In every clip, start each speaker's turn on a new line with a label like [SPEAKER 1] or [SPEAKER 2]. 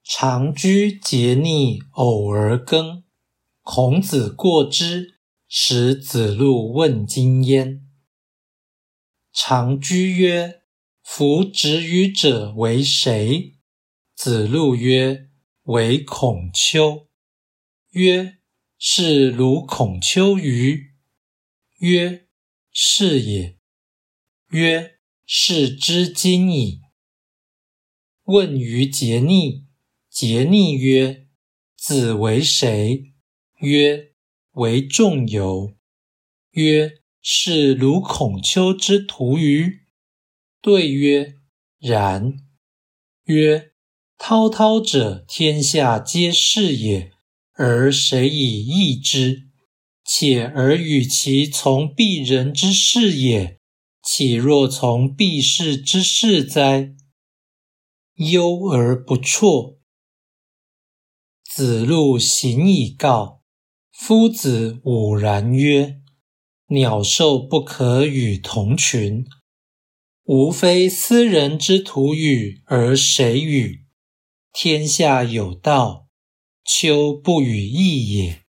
[SPEAKER 1] 常居节逆，偶而更。孔子过之，使子路问津焉。常居曰：夫执予者为谁？子路曰：为孔丘。曰：是鲁孔丘于？曰：是也。曰：是之今矣。问于节逆，节逆曰：子为谁？曰：为仲由。曰：是鲁孔丘之徒于？对曰：然。曰：滔滔者，天下皆是也，而谁以易之？且而与其从鄙人之事也，岂若从鄙士之事哉？忧而不辍。子路行以告。夫子午然曰：鸟兽不可与同群，吾非斯人之徒与，而谁与？天下有道，丘不与义也。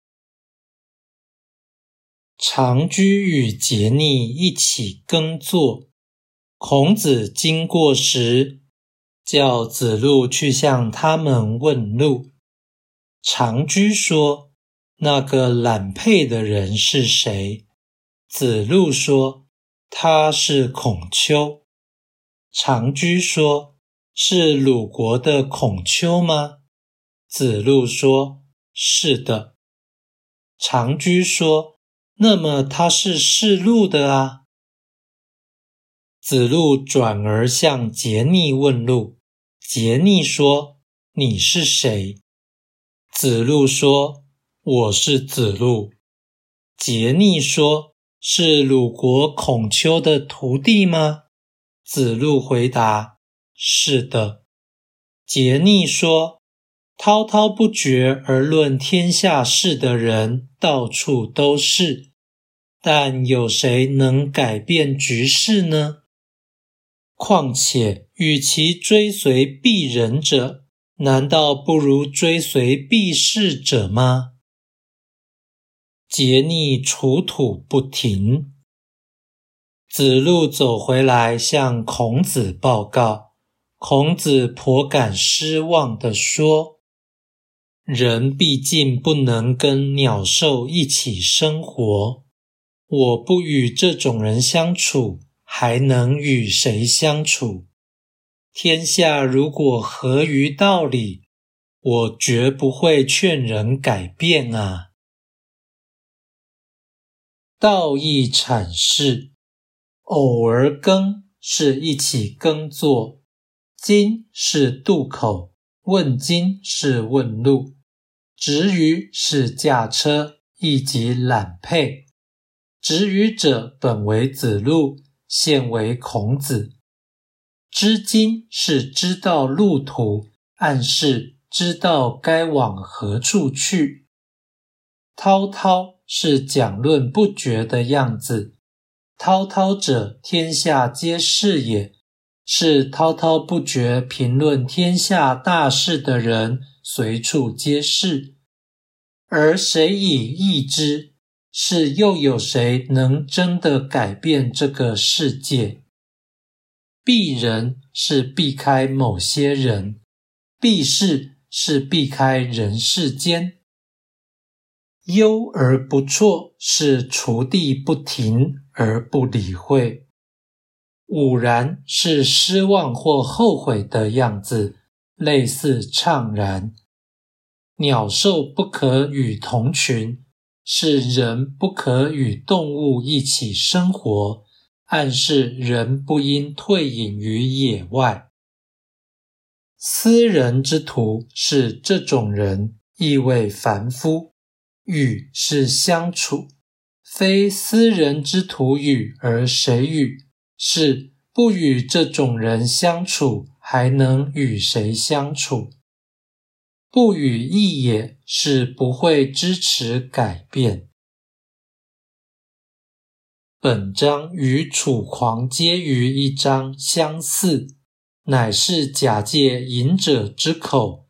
[SPEAKER 1] 常居与节逆一起耕作。孔子经过时，叫子路去向他们问路。常居说：那个懒佩的人是谁？子路说：他是孔丘。常居说：是鲁国的孔丘吗？子路说：是的。常居说：那么他是示路的啊。子路转而向节逆问路。节逆说：你是谁？子路说：我是子路。节逆说：是鲁国孔丘的徒弟吗？子路回答：是的。节逆说：滔滔不绝而论天下事的人到处都是，但有谁能改变局势呢？况且与其追随鄙人者，难道不如追随鄙士者吗？节逆锄土不停。子路走回来向孔子报告。孔子颇感失望地说：人毕竟不能跟鸟兽一起生活，我不与这种人相处，还能与谁相处？天下如果合于道理，我绝不会劝人改变啊。道义阐释：偶而耕是一起耕作，津是渡口，问津是问路，执予是驾车，亦即揽佩。执予者本为子路，现为孔子。知津是知道路途，暗示知道该往何处去。滔滔是讲论不绝的样子，滔滔者，天下皆是也，是滔滔不绝评论天下大事的人随处皆是。而谁以易之？是又有谁能真的改变这个世界？避人是避开某些人，避世是避开人世间。忧而不辍是锄地不停而不理会。午然是失望或后悔的样子，类似怅然。鸟兽不可与同群，是人不可与动物一起生活，暗示人不应退隐于野外。斯人之徒是这种人，意为凡夫。与是相处，非斯人之徒与而谁与？是不与这种人相处，还能与谁相处？不与义也，是不会支持改变。本章与楚狂皆于一章相似，乃是假借隐者之口，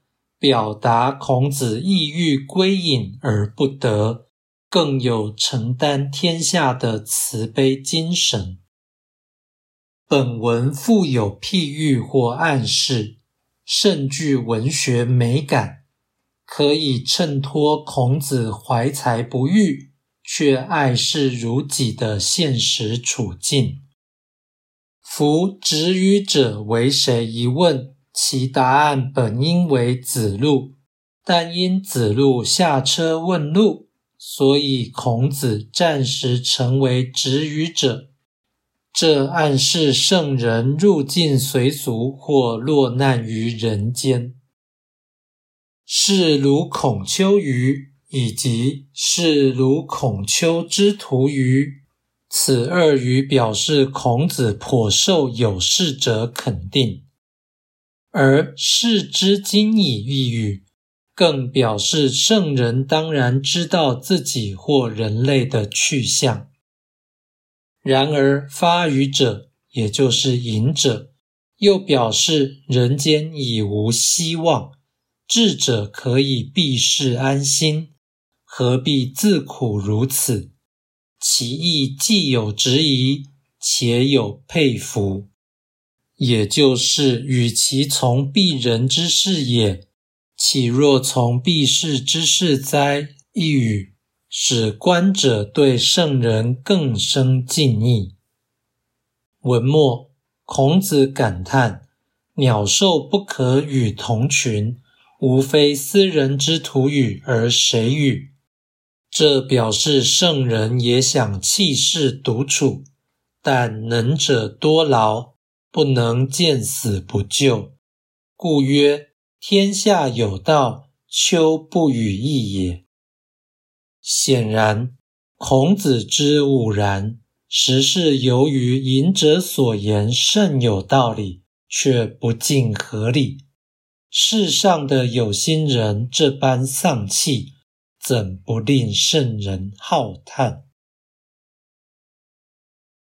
[SPEAKER 1] 表达孔子意欲归隐而不得，更有承担天下的慈悲精神。本文富有譬喻或暗示，甚具文学美感，可以衬托孔子怀才不遇，却爱事如己的现实处境。夫止语者为谁一问，其答案本应为子路，但因子路下车问路，所以孔子暂时成为止语者。这暗示圣人入境随俗或落难于人间。是如孔丘于以及是如孔丘之徒于，此二语表示孔子颇受有识者肯定，而士之经已一语更表示圣人当然知道自己或人类的去向。然而发语者，也就是隐者，又表示人间已无希望，智者可以避世安心，何必自苦如此？其意既有质疑，且有佩服。也就是与其从避人之事也，岂若从避世之事哉？一语使观者对圣人更生敬意。文末，孔子感叹，鸟兽不可与同群，无非斯人之徒语而谁与？这表示圣人也想弃世独处，但能者多劳，不能见死不救，故曰天下有道，丘不与义也。显然，孔子之吾然，实是由于隐者所言甚有道理，却不尽合理。世上的有心人这般丧气，怎不令圣人浩叹？